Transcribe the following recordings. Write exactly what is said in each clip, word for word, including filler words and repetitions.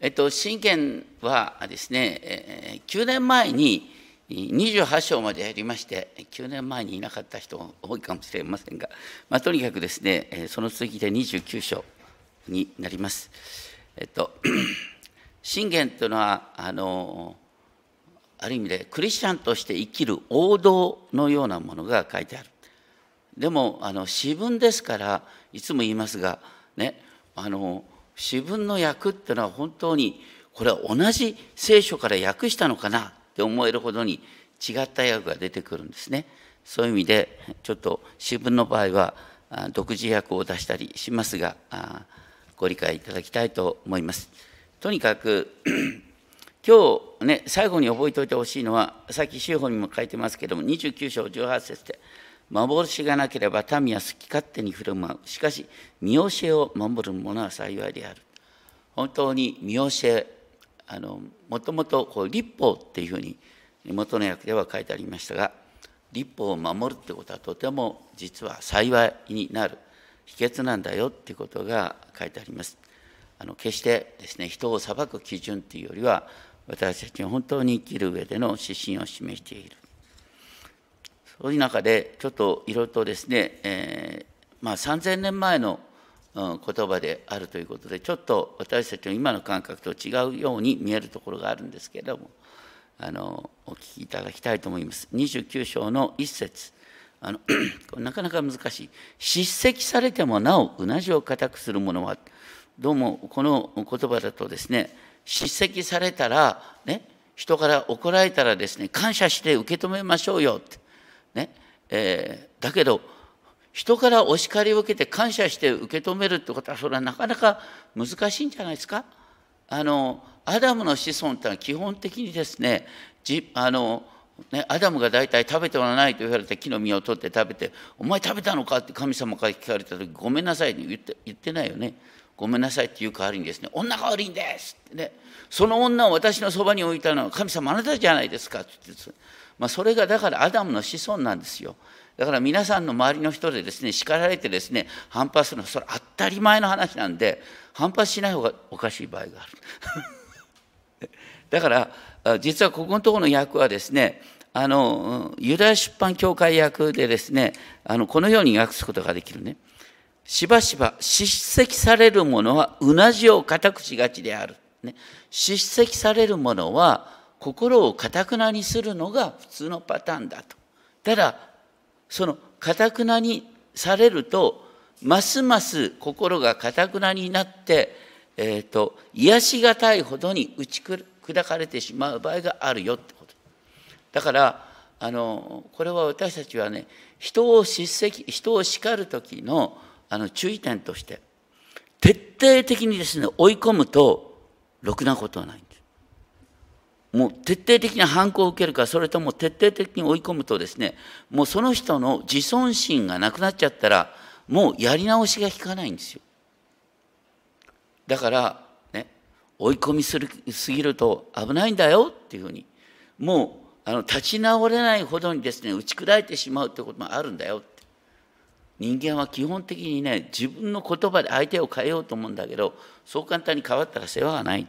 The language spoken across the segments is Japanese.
えっと、信玄はですね、えー、きゅうねんまえににじゅうはち章までやりまして、きゅうねんまえにいなかった人多いかもしれませんが、まあ、とにかくですね、その次でにじゅうきゅう章になります。えっと、信玄というのは、あの、ある意味でクリスチャンとして生きる王道のようなものが書いてある。でも、あの詩文ですから、いつも言いますが、ね、あの、詩文の訳っていうのは本当に、これは同じ聖書から訳したのかなって思えるほどに違った訳が出てくるんですね。そういう意味で、ちょっと詩文の場合は、独自訳を出したりしますが、ご理解いただきたいと思います。とにかく、今日ね、最後に覚えておいてほしいのは、さっき修法にも書いてますけども、にじゅうきゅう章じゅうはち節で、幻がなければ民は好き勝手に振る舞う。しかし、見教えを守る者は幸いである。本当に見教え、あのもともとこう律法っていうふうに元の訳では書いてありましたが、律法を守るってことはとても実は幸いになる秘訣なんだよっていうことが書いてあります。あの決してですね、人を裁く基準っていうよりは、私たちが本当に生きる上での指針を示している。そういう中でちょっといろいろとですね、えー、まあさんぜんねんまえの言葉であるということで、ちょっと私たちの今の感覚と違うように見えるところがあるんですけれども、あのお聞きいただきたいと思います。にじゅうきゅう章の一節、あのこれなかなか難しい。叱責されてもなおうなじを固くする者は、どうもこの言葉だとですね、叱責されたら、ね、人から怒られたらですね、感謝して受け止めましょうよって、ねえー、だけど人からお叱りを受けて感謝して受け止めるってことは、それはなかなか難しいんじゃないですか。あのアダムの子孫ってのは基本的にですね、じあのねアダムが大体食べてはないと言われて木の実を取って食べて、お前食べたのかって神様から聞かれた時、ごめんなさいって言って、言ってないよね。ごめんなさいっていう代わりにですね、女が悪いんですってね、その女を私のそばに置いたのは神様あなたじゃないですかって言って、まあ、それがだからアダムの子孫なんですよ。だから皆さんの周りの人でですね、叱られてですね、反発するのはそれ当たり前の話なんで、反発しない方がおかしい場合がある。だから実はここのところの訳はですね、あのユダヤ出版協会訳でですね、あのこのように訳すことができるね。しばしば叱責される者はうなじを固くしがちである。ね、叱責される者は心を固くなにするのが普通のパターンだと。ただその固くなにされると、ますます心が固くなになって、えーと、癒しがたいほどに打ち砕かれてしまう場合があるよってこと。だからあのこれは私たちはね、人を叱責、人を叱る時のあの注意点として、徹底的にですね追い込むとろくなことはないんです。もう徹底的な反抗を受けるか、それとも徹底的に追い込むとですね、もうその人の自尊心がなくなっちゃったら、もうやり直しが効かないんですよ。だからね、追い込みするすぎると危ないんだよっていうふうに、もうあの立ち直れないほどにですね打ち砕いてしまうということもあるんだよって。人間は基本的にね、自分の言葉で相手を変えようと思うんだけど、そう簡単に変わったら世話がない。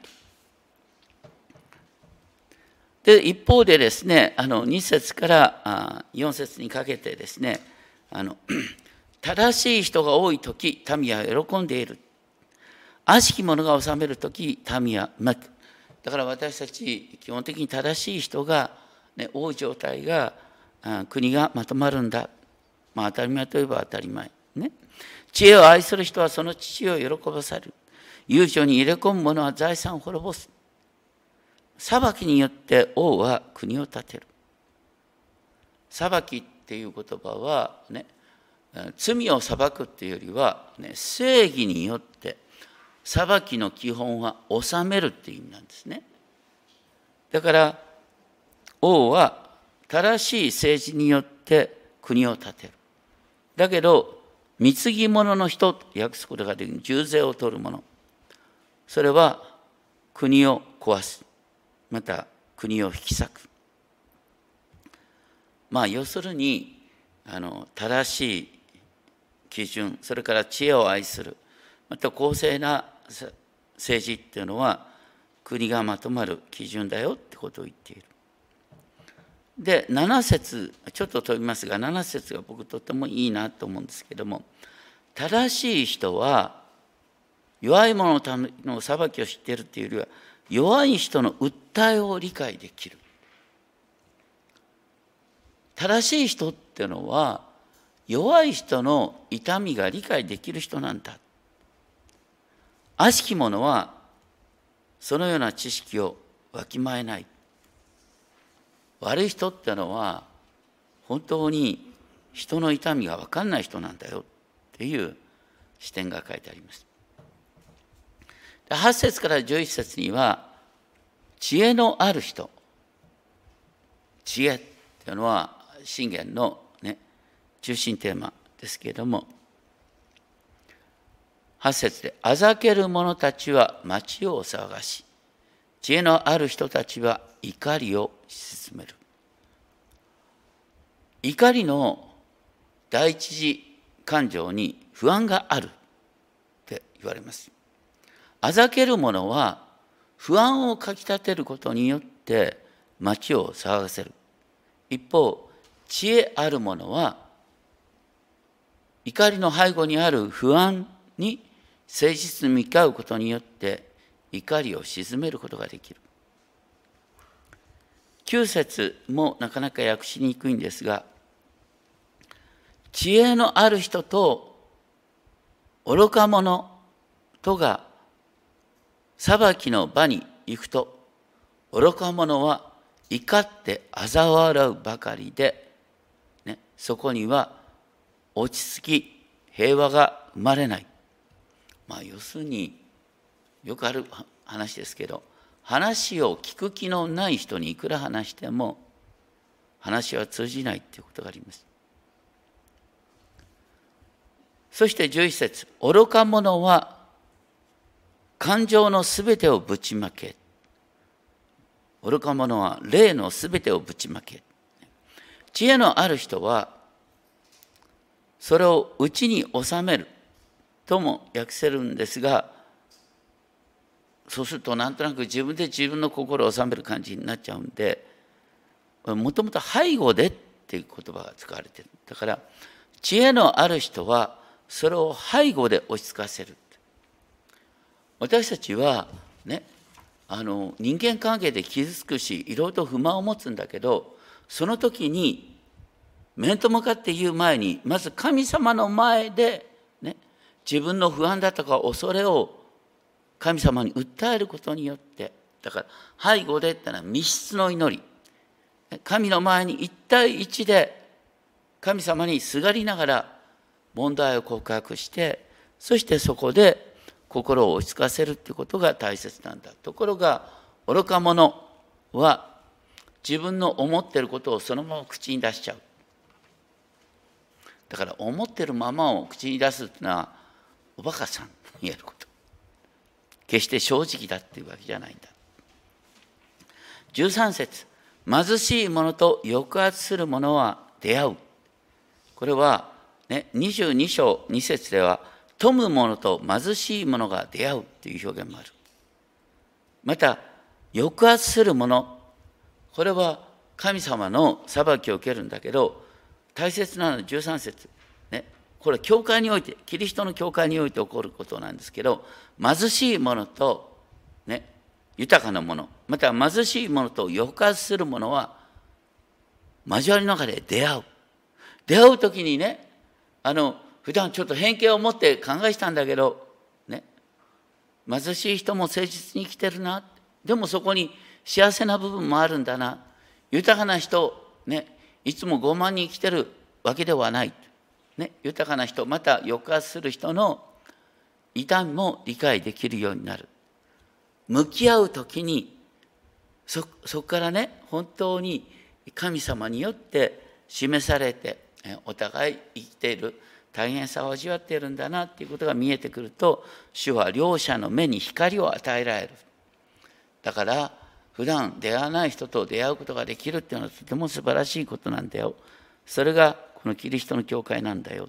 で一方でですね、あのに節からよん節にかけてですね、あの正しい人が多いとき民は喜んでいる。悪しき者が治めるとき民はうまく。だから私たち基本的に正しい人が、ね、多い状態が国がまとまるんだ。まあ当たり前といえば当たり前。ね、知恵を愛する人はその父を喜ばされる。悠長に入れ込む者は財産を滅ぼす。裁きによって王は国を立てる。裁きっていう言葉はね、罪を裁くっていうよりは、ね、正義によって裁きの基本は治めるっていう意味なんですね。だから王は正しい政治によって国を立てる。だけど貢ぎ物の人と訳すことができる、重税を取る者、それは国を壊す、また国を引き裂く。まあ要するにあの正しい基準、それから知恵を愛する、また公正な政治っていうのは国がまとまる基準だよってことを言っている。で、なな節、ちょっと飛びますが、なな節が僕とてもいいなと思うんですけども、正しい人は弱い者のための裁きを知っているっていうよりは、弱い人の訴えを理解できる。正しい人っていうのは、弱い人の痛みが理解できる人なんだ。悪しき者は、そのような知識をわきまえない。悪い人ってのは本当に人の痛みが分かんない人なんだよっていう視点が書いてあります。はち節からじゅういち節には知恵のある人、知恵っていうのは箴言の、ね、中心テーマですけれども、はち節であざける者たちは町を騒がし、知恵のある人たちは怒りを鎮める。怒りの第一次感情に不安があるって言われます。あざける者は不安をかきたてることによって町を騒がせる。一方、知恵ある者は怒りの背後にある不安に誠実に向かうことによって怒りを鎮めることができる。きゅう節もなかなか訳しにくいんですが、知恵のある人と愚か者とが裁きの場に行くと、愚か者は怒って嘲笑うばかりで、ね、そこには落ち着き平和が生まれない。まあ要するによくある話ですけど、話を聞く気のない人にいくら話しても話は通じないっていうことがあります。そしてじゅういち節、愚か者は感情のすべてをぶちまけ。愚か者は霊のすべてをぶちまけ。知恵のある人はそれを内に収めるとも訳せるんですが、そうするとなんとなく自分で自分の心を収める感じになっちゃうんで、もともと背後でっていう言葉が使われている。だから知恵のある人はそれを背後で落ち着かせる。私たちはね、あの人間関係で傷つくし、いろいろと不満を持つんだけど、その時に面と向かって言う前に、まず神様の前で、ね、自分の不安だとか恐れを神様に訴えることによって、だから背後でってのは密室の祈り、神の前に一対一で神様にすがりながら問題を告白して、そしてそこで心を落ち着かせるということが大切なんだ。ところが愚か者は自分の思っていることをそのまま口に出しちゃう。だから思っているままを口に出すというのはおバカさんにやること。決して正直だっていうわけじゃないんだ。じゅうさん節、貧しい者と抑圧する者は出会う。これは、ね、にじゅうに章に節では富む者と貧しい者が出会うという表現もある。また抑圧する者、これは神様の裁きを受けるんだけど、大切なのはじゅうさん節、ね、これは教会において、キリストの教会において起こることなんですけど、貧しい者と、ね、豊かな者、また貧しい者と抑圧する者は交わりの中で出会う。出会うときにね、あの普段ちょっと偏見を持って考えたんだけど、ね、貧しい人も誠実に生きてるな、でもそこに幸せな部分もあるんだな、豊かな人、ね、いつも傲慢に生きてるわけではない、ね、豊かな人、また抑圧する人の痛みも理解できるようになる。向き合うときに そ, そこからね、本当に神様によって示されて、お互い生きている大変さを味わっているんだなっていうことが見えてくると、主は両者の目に光を与えられる。だから普段出会わない人と出会うことができるっていうのはとても素晴らしいことなんだよ。それがこのキリストの教会なんだよ。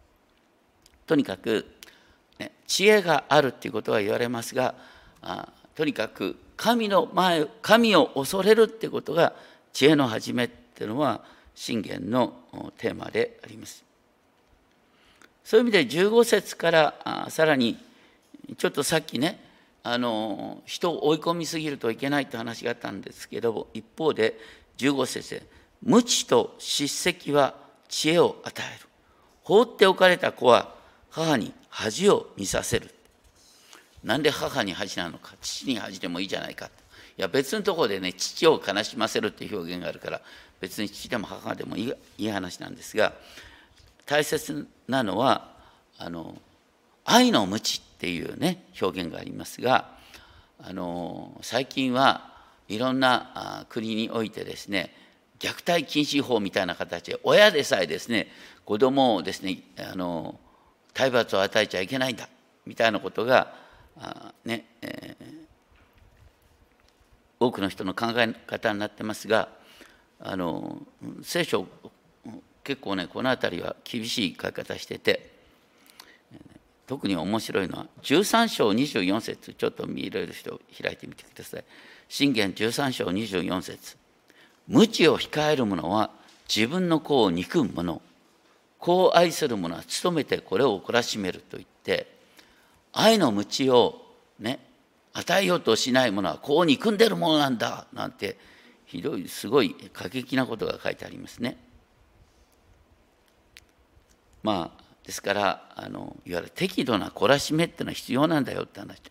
とにかく、ね、知恵があるっていうことは言われますが、あとにかく神の前、神を恐れるってことが知恵の始めっていうのは箴言のテーマであります。そういう意味でじゅうご節からさらにちょっとさっきね、あの人を追い込みすぎるといけないって話があったんですけど、一方でじゅうご節で無知と叱責は知恵を与える。放っておかれた子は母に恥を見させる。なんで母に恥なのか、父に恥でもいいじゃないか。いや別のところでね、父を悲しませるっていう表現があるから、別に父でも母でもいい、いい話なんですが、大切なのはあの愛の無知っていうね表現がありますが、あの最近はいろんな国においてですね、虐待禁止法みたいな形で親でさえですね、子供をですね、あの体罰を与えちゃいけないんだみたいなことがあ、ねえー、多くの人の考え方になってますが、あの聖書結構ねこの辺りは厳しい書き方してて、特に面白いのはじゅうさん章にじゅうよん節、ちょっと見れる人開いてみてください。箴言じゅうさん章にじゅうよん節、無知を控える者は自分の子を憎む者、子を愛する者は努めてこれを懲らしめると言って、愛の無知をね与えようとしない者は子を憎んでるものなんだなんて、ひどいすごい過激なことが書いてありますね。まあですからあのいわゆる適度な懲らしめっていうのは必要なんだよって話。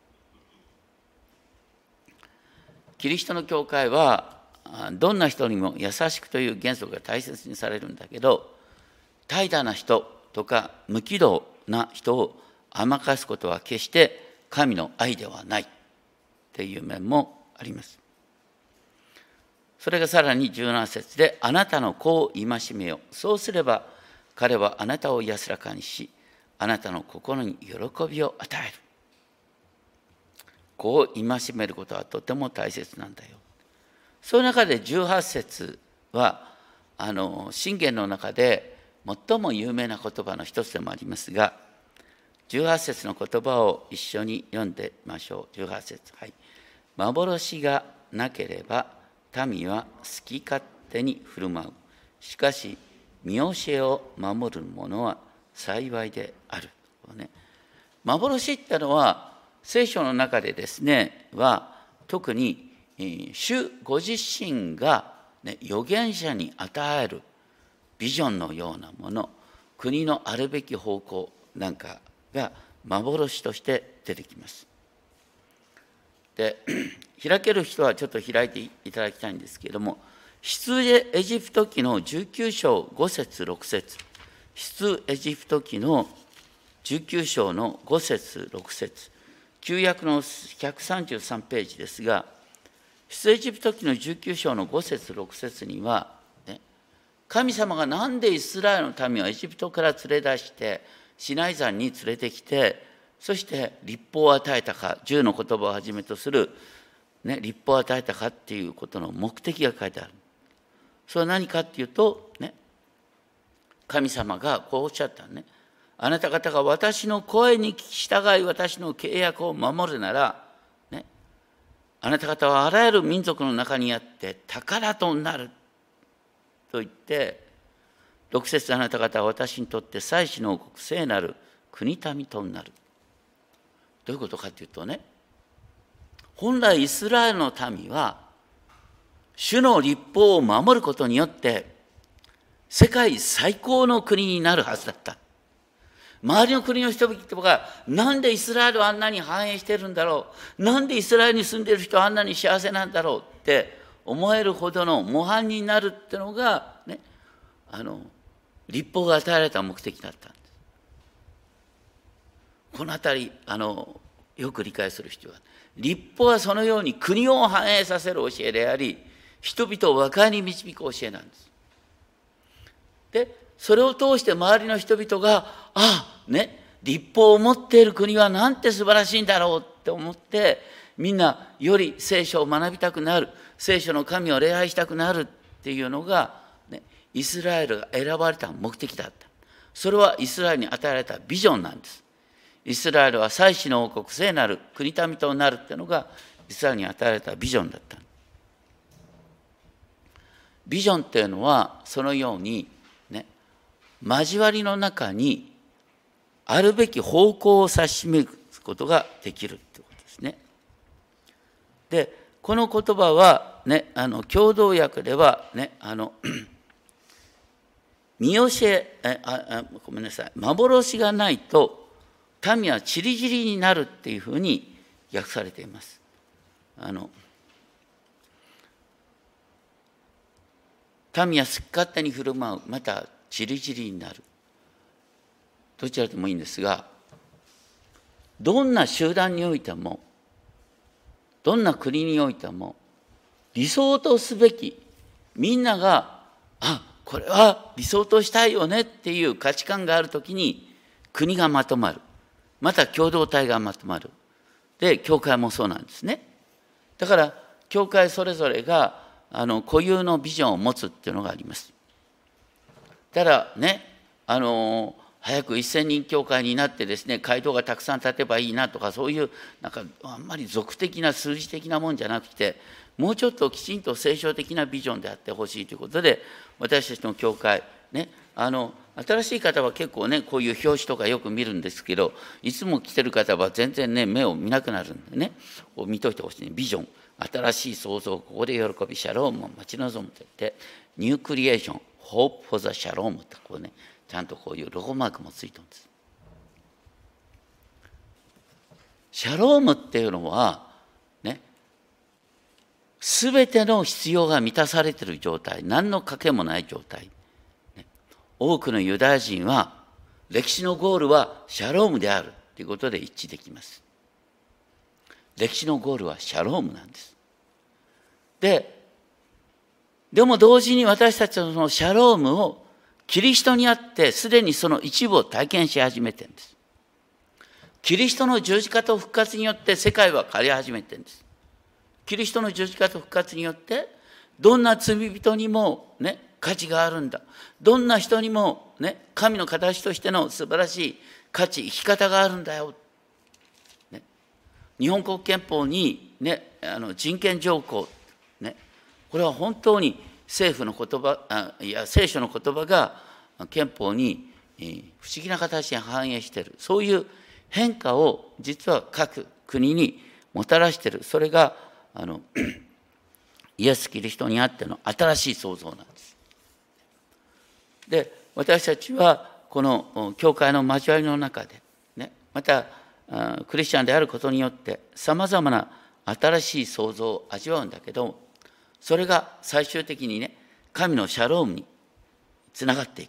キリストの教会はどんな人にも優しくという原則が大切にされるんだけど、怠惰な人とか無軌道な人を甘かすことは決して神の愛ではないっていう面もあります。それがさらにじゅうなな節で、あなたの子を戒めよ。そうすれば彼はあなたを安らかにし、あなたの心に喜びを与える。子を戒めることはとても大切なんだよ。そういう中でじゅうはち節はあの箴言の中で最も有名な言葉の一つでもありますが、じゅうはち節の言葉を一緒に読んでみましょう。じゅうはち節、はい。幻がなければ民は好き勝手に振る舞う。しかし見教えを守る者は幸いである。ね、幻ってのは聖書の中でですねは特に主ご自身が、ね、預言者に与えるビジョンのようなもの、国のあるべき方向なんかが幻として出てきます。で開ける人はちょっと開いていただきたいんですけれども、出エジプト記のじゅうきゅう章ご節ろく節、出エジプト記のじゅうきゅう章のご節ろく節、旧約のひゃくさんじゅうさんページですが、出エジプト記のじゅうきゅう章のご節ろく節には、ね、神様がなんでイスラエルの民をエジプトから連れ出してシナイ山に連れてきて、そして律法を与えたか、十の言葉をはじめとする、ね、律法を与えたかっていうことの目的が書いてある。それは何かっていうと、ね、神様がこうおっしゃったね。あなた方が私の声に聞き従い、私の契約を守るなら、ね、あなた方はあらゆる民族の中にあって宝となると言って、ろく節、あなた方は私にとって祭司の王国、聖なる国民となる。どういうことかというとね、本来イスラエルの民は主の律法を守ることによって世界最高の国になるはずだった。周りの国の人々がなんでイスラエルはあんなに繁栄してるんだろう、なんでイスラエルに住んでいる人はあんなに幸せなんだろうって思えるほどの模範になるってのが、ね、あの律法が与えられた目的だったんです。このあたりあのよく理解する必要がある。律法はそのように国を繁栄させる教えであり、人々を和解に導く教えなんです。でそれを通して周りの人々が、ああね、律法を持っている国はなんて素晴らしいんだろうって思って、みんなより聖書を学びたくなる、聖書の神を礼拝したくなるっていうのが、ね、イスラエルが選ばれた目的だった。それはイスラエルに与えられたビジョンなんです。 イスラエルは祭司の王国、聖なる国民となるっていうのがイスラエルに与えられたビジョンだった。ビジョンっていうのはそのようにね、交わりの中にあるべき方向を指し示すことができるってことですね。で、この言葉はね、あの共同訳ではね、あの見教ええああごめんなさい、幻がないと民はちりぢりになるっていうふうに訳されています。あの民は好き勝手に振る舞う、またちりぢりになる。どちらでもいいんですが、どんな集団においても、どんな国においても、理想とすべき、みんなが、あ、これは理想としたいよねっていう価値観があるときに、国がまとまる。また共同体がまとまる。で、教会もそうなんですね。だから、教会それぞれが、あの固有のビジョンを持つっていうのがあります。ただね、あの早く一千人教会になってですね、街道がたくさん建てばいいなとか、そういうなんかあんまり俗的な数字的なもんじゃなくて、もうちょっときちんと聖書的なビジョンであってほしいということで、私たちの教会ね、あの新しい方は結構ね、こういう表紙とかよく見るんですけど、いつも来てる方は全然ね、目を見なくなるんでね、見といてほしいね、ビジョン。新しい創造、ここで喜び、シャロームを待ち望むと言って、ニュークリエーション、ホープ・フォー・ザ・シャロームとこうね、ちゃんとこういうロゴマークもついてるんです。シャロームっていうのは、ね、すべての必要が満たされている状態、何の賭けもない状態。ね、多くのユダヤ人は、歴史のゴールはシャロームであるということで一致できます。歴史のゴールはシャロームなんです。で、でも同時に私たちはそのシャロームをキリストにあってすでにその一部を体験し始めてるんです。キリストの十字架と復活によって世界は変わり始めてるんです。キリストの十字架と復活によってどんな罪人にもね、価値があるんだ。どんな人にもね、神の形としての素晴らしい価値、生き方があるんだよ。日本国憲法に、ね、あの人権条項、ね、これは本当に政府の言葉、あいや聖書の言葉が憲法に、えー、不思議な形に反映している。そういう変化を実は各国にもたらしている。それがあのイエス・キリストにあっての新しい創造なんです。で、私たちはこの教会の交わりの中で、ね、またクリスチャンであることによってさまざまな新しい創造を味わうんだけど、それが最終的にね、神のシャロームにつながっていく。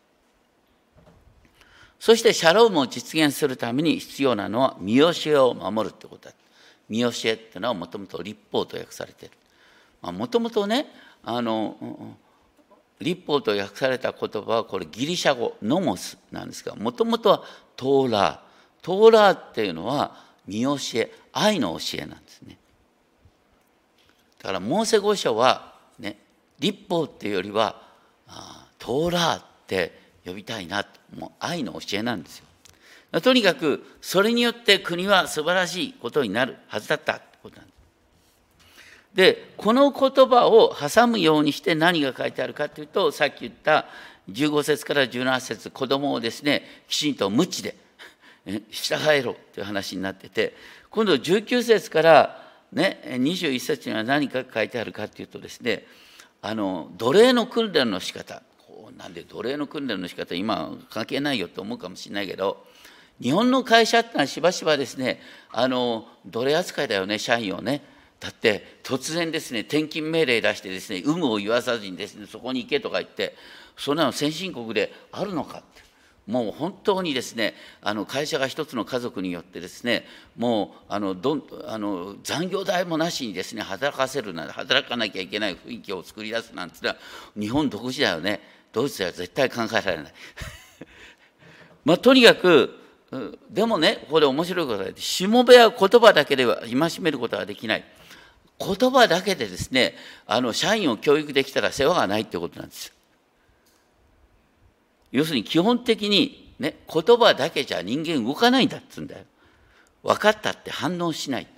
そしてシャロームを実現するために必要なのは見教えを守るってことだ。見教えっていうのはもともと律法と訳されている。もともとね、あの律法と訳された言葉はこれギリシャ語ノモスなんですが、もともとはトーラー。トーラーっていうのは見教え、愛の教えなんですね。だからモーセ五書はね、律法っていうよりはあトーラーって呼びたいなと、もう愛の教えなんですよ。とにかくそれによって国は素晴らしいことになるはずだったってことなんです。で、この言葉を挟むようにして何が書いてあるかというと、さっき言ったじゅうご節からじゅうなな節、子供をですね、きちんと無知で従えろという話になってて、今度じゅうきゅう節からね、にじゅういち節には何か書いてあるかというとですね、あの奴隷の訓練の仕方、こうなんで奴隷の訓練の仕方今関係ないよと思うかもしれないけど、日本の会社ってのはしばしばですね、あの奴隷扱いだよね、社員をね。だって突然ですね、転勤命令出してですね、有無を言わさずにですね、そこに行けとか言って、そんなの先進国であるのかって。もう本当にですね、あの会社が一つの家族によってですね、もうあのどんあの残業代もなしにですね、働かせるなんて、働かなきゃいけない雰囲気を作り出すなんてのは日本独自だよね。ドイツでは絶対考えられない。まあとにかく、でもね、ここで面白いことがあって、しもべは言葉だけでは戒めることができない。言葉だけでですね、あの社員を教育できたら世話がないってことなんですよ。要するに基本的にね、言葉だけじゃ人間動かないんだっつうんだよ。分かったって反応しないって。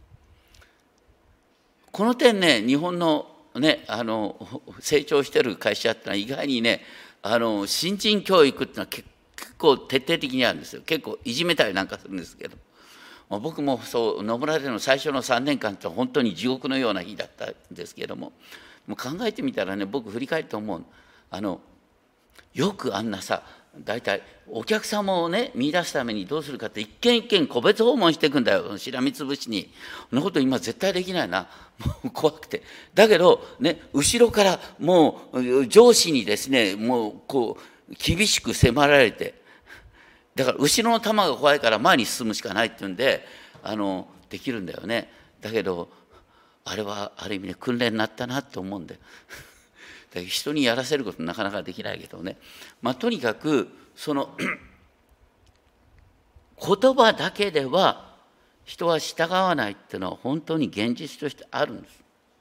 この点ね、日本のね、あの成長してる会社ってのは意外にね、あの新人教育っていうのは結構徹底的にあるんですよ。結構いじめたりなんかするんですけど、僕もそう野村での最初のさんねんかんって本当に地獄のような日だったんですけれども、もう考えてみたらね、僕振り返って思う、あのよくあんなさ、大体お客様をね見出すためにどうするかって、一軒一軒個別訪問していくんだよ、しらみつぶしに。そんなこと今絶対できないな、もう怖くて。だけどね、後ろからもう上司にですね、もうこう厳しく迫られて、だから後ろの球が怖いから前に進むしかないっていうんで、あのできるんだよね。だけどあれはある意味で訓練になったなと思うんだよ。人にやらせることなかなかできないけどね、まあ、とにかくその言葉だけでは人は従わないっていうのは本当に現実としてあるんです。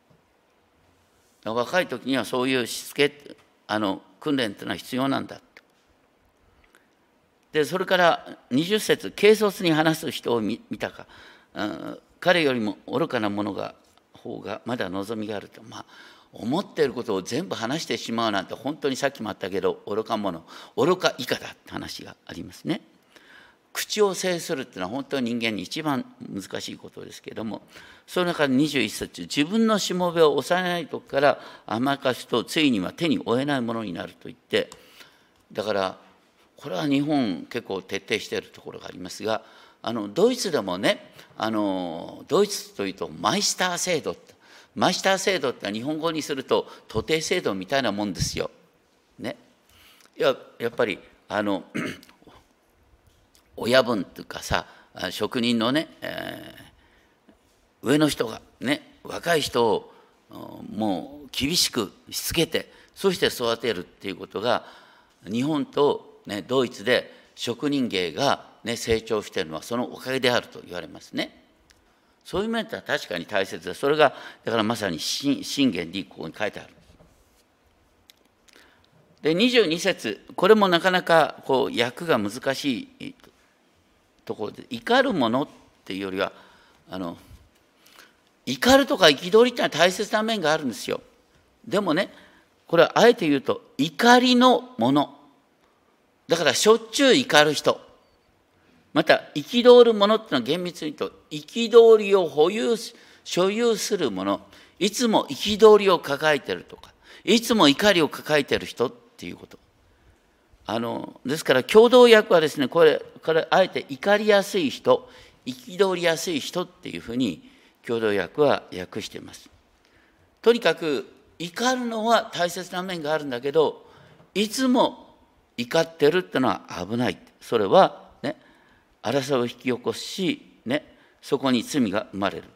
若い時にはそういうしつけあの訓練っていうのは必要なんだ。でそれからにじゅっ節、軽率に話す人を 見, 見たか、うん、彼よりも愚かなものが方がまだ望みがあると。まあ思っていることを全部話してしまうなんて、本当にさっきもあったけど愚か者、愚か以下だって話がありますね。口を制するっていうのは本当に人間に一番難しいことですけれども、その中でにじゅういち節、自分のしもべを抑えないとこから甘かすとついには手に負えないものになると言って、だからこれは日本結構徹底しているところがありますが、あのドイツでもね、あのドイツというとマイスター制度って、マイスター制度って日本語にすると徒弟制度みたいなもんですよ。ね、や, やっぱりあの親分というかさ、職人のね、えー、上の人がね、若い人をもう厳しくしつけて、そして育てるっていうことが日本と、ね、ドイツで職人芸が、ね、成長しているのはそのおかげであると言われますね。そういう面では確かに大切で、それがだからまさに信玄にここに書いてある。でにじゅうに節、これもなかなかこう訳が難しいところで、怒るものっていうよりは、あの怒るとか憤りってのは大切な面があるんですよ。でもね、これはあえて言うと怒りのものだから、しょっちゅう怒る人、また憤るものっていうのは厳密に言うと憤りを保有所有するもの、いつも憤りを抱えているとか、いつも怒りを抱えている人っていうこと。あのですから共同訳はですね、これこれあえて怒りやすい人、憤りやすい人っていうふうに共同訳は訳しています。とにかく怒るのは大切な面があるんだけど、いつも怒ってるっていうのは危ない。それはね、争いを引き起こし、ね、そこに罪が生まれる。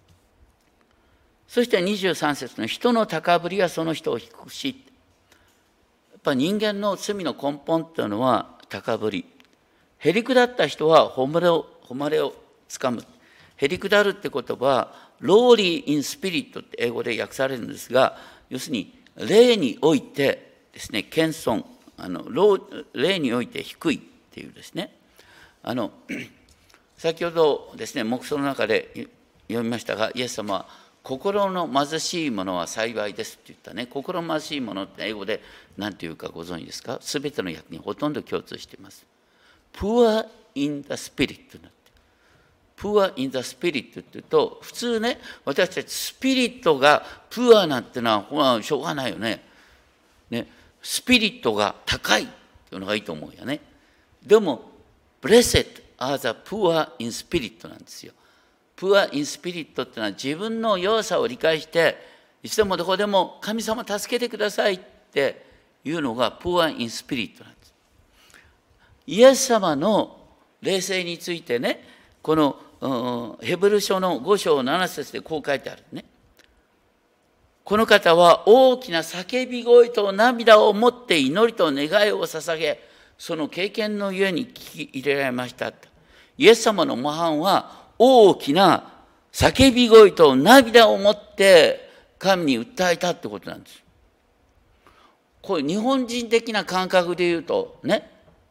そしてにじゅうさん節の人の高ぶりはその人を低くし、やっぱ人間の罪の根本っていうのは高ぶり。へりくだった人は誉れを誉れをつかむ。へりくだるって言葉はローリー・イン・スピリットって英語で訳されるんですが、要するに霊においてですね、謙遜、あの霊において低いっていうですね、あの先ほどですね、黙想の中で読みましたが、イエス様は心の貧しいものは幸いですって言ったね。心貧しいものって英語で何て言うかご存知ですか？すべての訳にほとんど共通しています。Poor in the spirit になって。Poor in the spirit って言うと、普通ね、私たちスピリットがプアなんてのは、ほらしょうがないよね。ね、スピリットが高いっていうのがいいと思うよね。でも、Blessed are the poor in spirit なんですよ。Poor in spirit っていうのは自分の弱さを理解して、いつでもどこでも神様助けてくださいっていうのが Poor in spirit なんです。イエス様の霊性についてね、このヘブル書のご章なな節でこう書いてあるね。この方は大きな叫び声と涙を持って祈りと願いを捧げ、その経験のゆえに聞き入れられました。イエス様の模範は大きな叫び声と涙を持って神に訴えたってことなんです。これ日本人的な感覚で言うとね、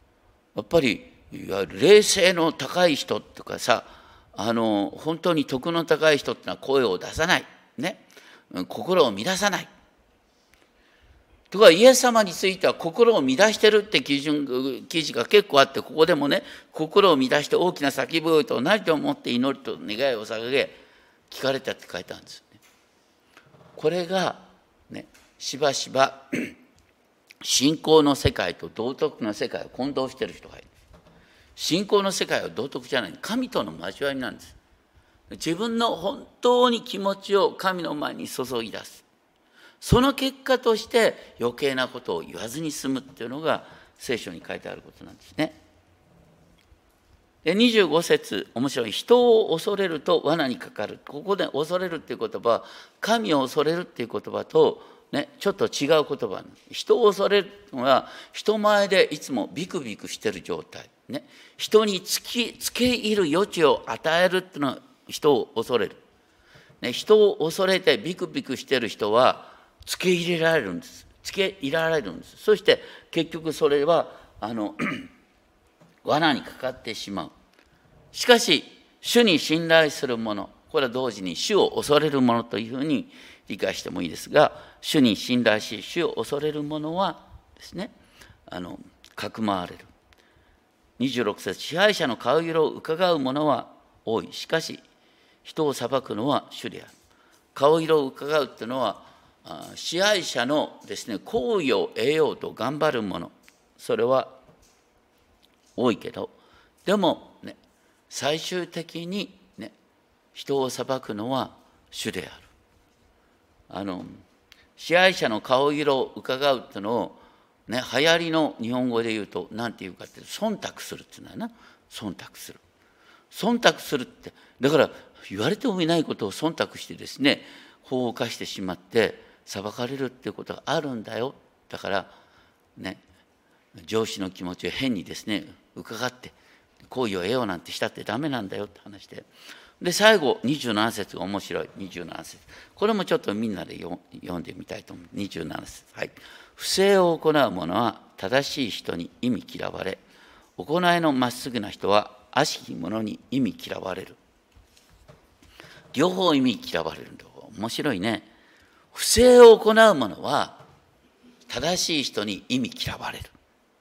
やっぱりいわゆる霊性の高い人とかさ、あの本当に徳の高い人ってのは声を出さない、ね、心を乱さない。ところがイエス様については心を乱してるって基準記事が結構あって、ここでもね、心を乱して大きな叫び声と同じと思って祈りと願いを捧げ聞かれたって書いてあるんですね。これがね、しばしば信仰の世界と道徳の世界を混同している人がいる。信仰の世界は道徳じゃない、神との交わりなんです。自分の本当に気持ちを神の前に注ぎ出す。その結果として余計なことを言わずに済むっていうのが聖書に書いてあることなんですね。でにじゅうご節、面白い。人を恐れると罠にかかる。ここで恐れるっていう言葉は、神を恐れるっていう言葉と、ね、ちょっと違う言葉なんです。人を恐れるのは人前でいつもビクビクしてる状態。ね、人につきつけ入る余地を与えるっていうのは人を恐れる。ね、人を恐れてビクビクしてる人はつけ入れられるんです。つけ入れられるんです。そして結局それはあの罠にかかってしまう。しかし主に信頼する者、これは同時に主を恐れる者というふうに理解してもいいですが、主に信頼し主を恐れる者はですね、あのかくまわれる。にじゅうろく節、支配者の顔色を伺う者は多い。しかし人を裁くのは主である。顔色を伺うというのは支配者のですね、好意を得ようと頑張る者、それは多いけど、でもね、最終的にね、人を裁くのは主である。あの支配者の顔色を伺うっていうのをね、流行りの日本語で言うと何て言うかっていうと、忖度するっていうのはな、忖度する。忖度するって、だから言われてもいないことを忖度してですね、法を犯してしまって裁かれるっていうことがあるんだよ。だからね、上司の気持ちを変にですね伺って好意を得ようなんてしたってダメなんだよって話で、で最後にじゅうなな節が面白い。にじゅうなな節、これもちょっとみんなで読んでみたいと思う。にじゅうなな節、はい。不正を行う者は正しい人に忌み嫌われ、行いのまっすぐな人は悪しき者に忌み嫌われる。両方忌み嫌われるんだ。面白いね。不正を行う者は正しい人に忌み嫌われる。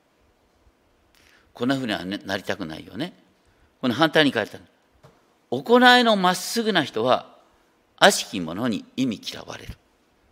こんなふうにはなりたくないよね。この反対に書いてある。行いのまっすぐな人は悪しき者に忌み嫌われる。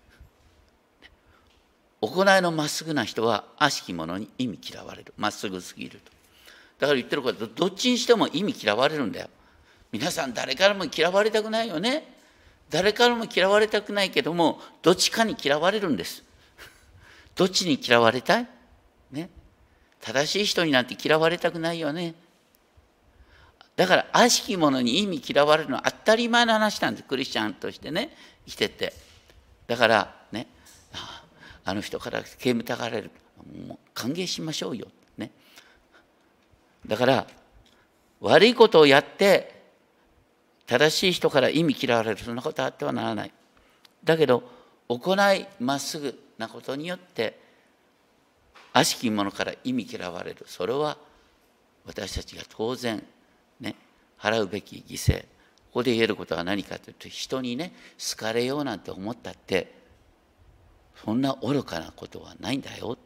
行いのまっすぐな人は悪しき者に忌み嫌われる。まっすぐすぎると。だから言ってること、どっちにしても忌み嫌われるんだよ。皆さん誰からも嫌われたくないよね。誰からも嫌われたくないけども、どっちかに嫌われるんです。どっちに嫌われたい？ね。正しい人になんて嫌われたくないよね。だから悪しき者に忌み嫌われるのは当たり前の話なんです。クリスチャンとしてね、生きてて。だからね、あの人から煙たがられる。もう歓迎しましょうよ。ね。だから悪いことをやって正しい人から忌み嫌われる、そんなことあってはならない。だけど行いまっすぐなことによって悪しき者から忌み嫌われる。それは私たちが当然ね、払うべき犠牲。ここで言えることは何かというと、人にね好かれようなんて思ったってそんな愚かなことはないんだよ。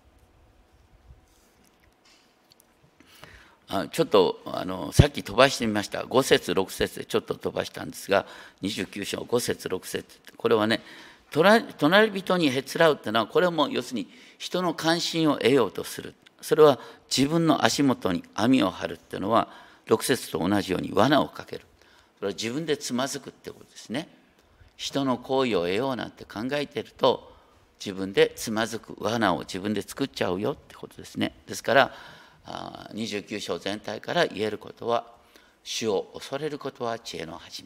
あちょっとあのさっき飛ばしてみました。ご節ろく節でちょっと飛ばしたんですが、にじゅうきゅう章ご節ろく節、これはね、隣人にへつらうっていうのは、これも要するに人の関心を得ようとする。それは自分の足元に網を張るっていうのは、ろく節と同じように罠をかける。それは自分でつまずくってことですね。人の好意を得ようなんて考えてると、自分でつまずく罠を自分で作っちゃうよってことですね。ですからにじゅうきゅう章全体から言えることは、主を恐れることは知恵の始め。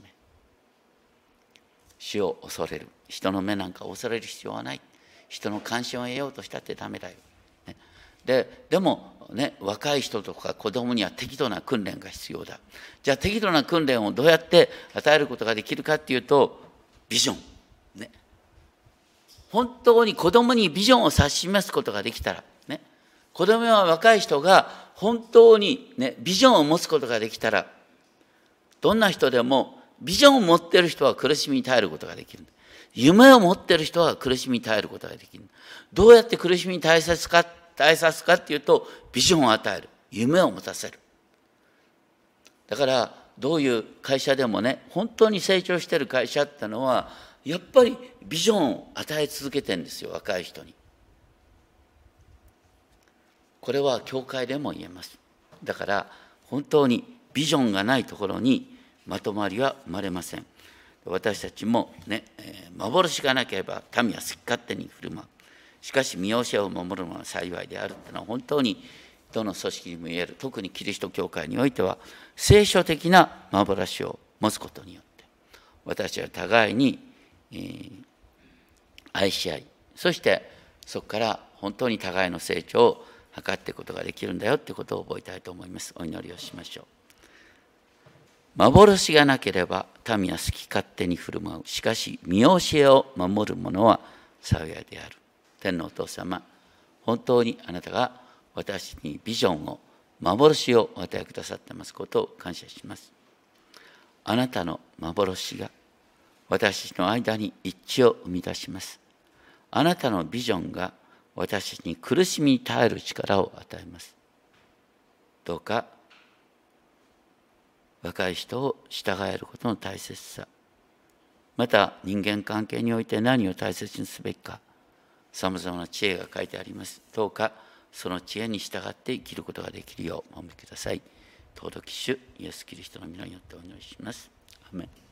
主を恐れる。人の目なんか恐れる必要はない。人の関心を得ようとしたってダメだよ。ね、で, でも、ね、若い人とか子供には適度な訓練が必要だ。じゃあ適度な訓練をどうやって与えることができるかっていうと、ビジョン。ね、本当に子供にビジョンを指し示すことができたら、ね、子供は若い人が本当にね、ビジョンを持つことができたら、どんな人でもビジョンを持っている人は苦しみに耐えることができる。夢を持っている人は苦しみに耐えることができる。どうやって苦しみに耐えさすか、耐えさすかっていうと、ビジョンを与える。夢を持たせる。だから、どういう会社でもね、本当に成長している会社ってのは、やっぱりビジョンを与え続けてるんですよ、若い人に。これは教会でも言えます。だから、本当にビジョンがないところにまとまりは生まれません。私たちもね、幻がなければ民は好き勝手に振る舞う。しかし見教えを守るのは幸いであるというのは本当にどの組織にも言える。特にキリスト教会においては聖書的な幻を持つことによって私たちは互いに愛し合い、そしてそこから本当に互いの成長を図っていくことができるんだよということを覚えたいと思います。お祈りをしましょう。幻がなければ民は好き勝手に振る舞う。しかし見教えを守る者は幸いである。天のお父様、本当にあなたが私にビジョンを、幻をお与えくださってますことを感謝します。あなたの幻が私の間に一致を生み出します。あなたのビジョンが私に苦しみに耐える力を与えます。どうか若い人を従えることの大切さ、また人間関係において何を大切にすべきか、さまざまな知恵が書いてあります。どうかその知恵に従って生きることができるようお守りください。尊き主イエスキリストの皆によってお祈りします。アーメン。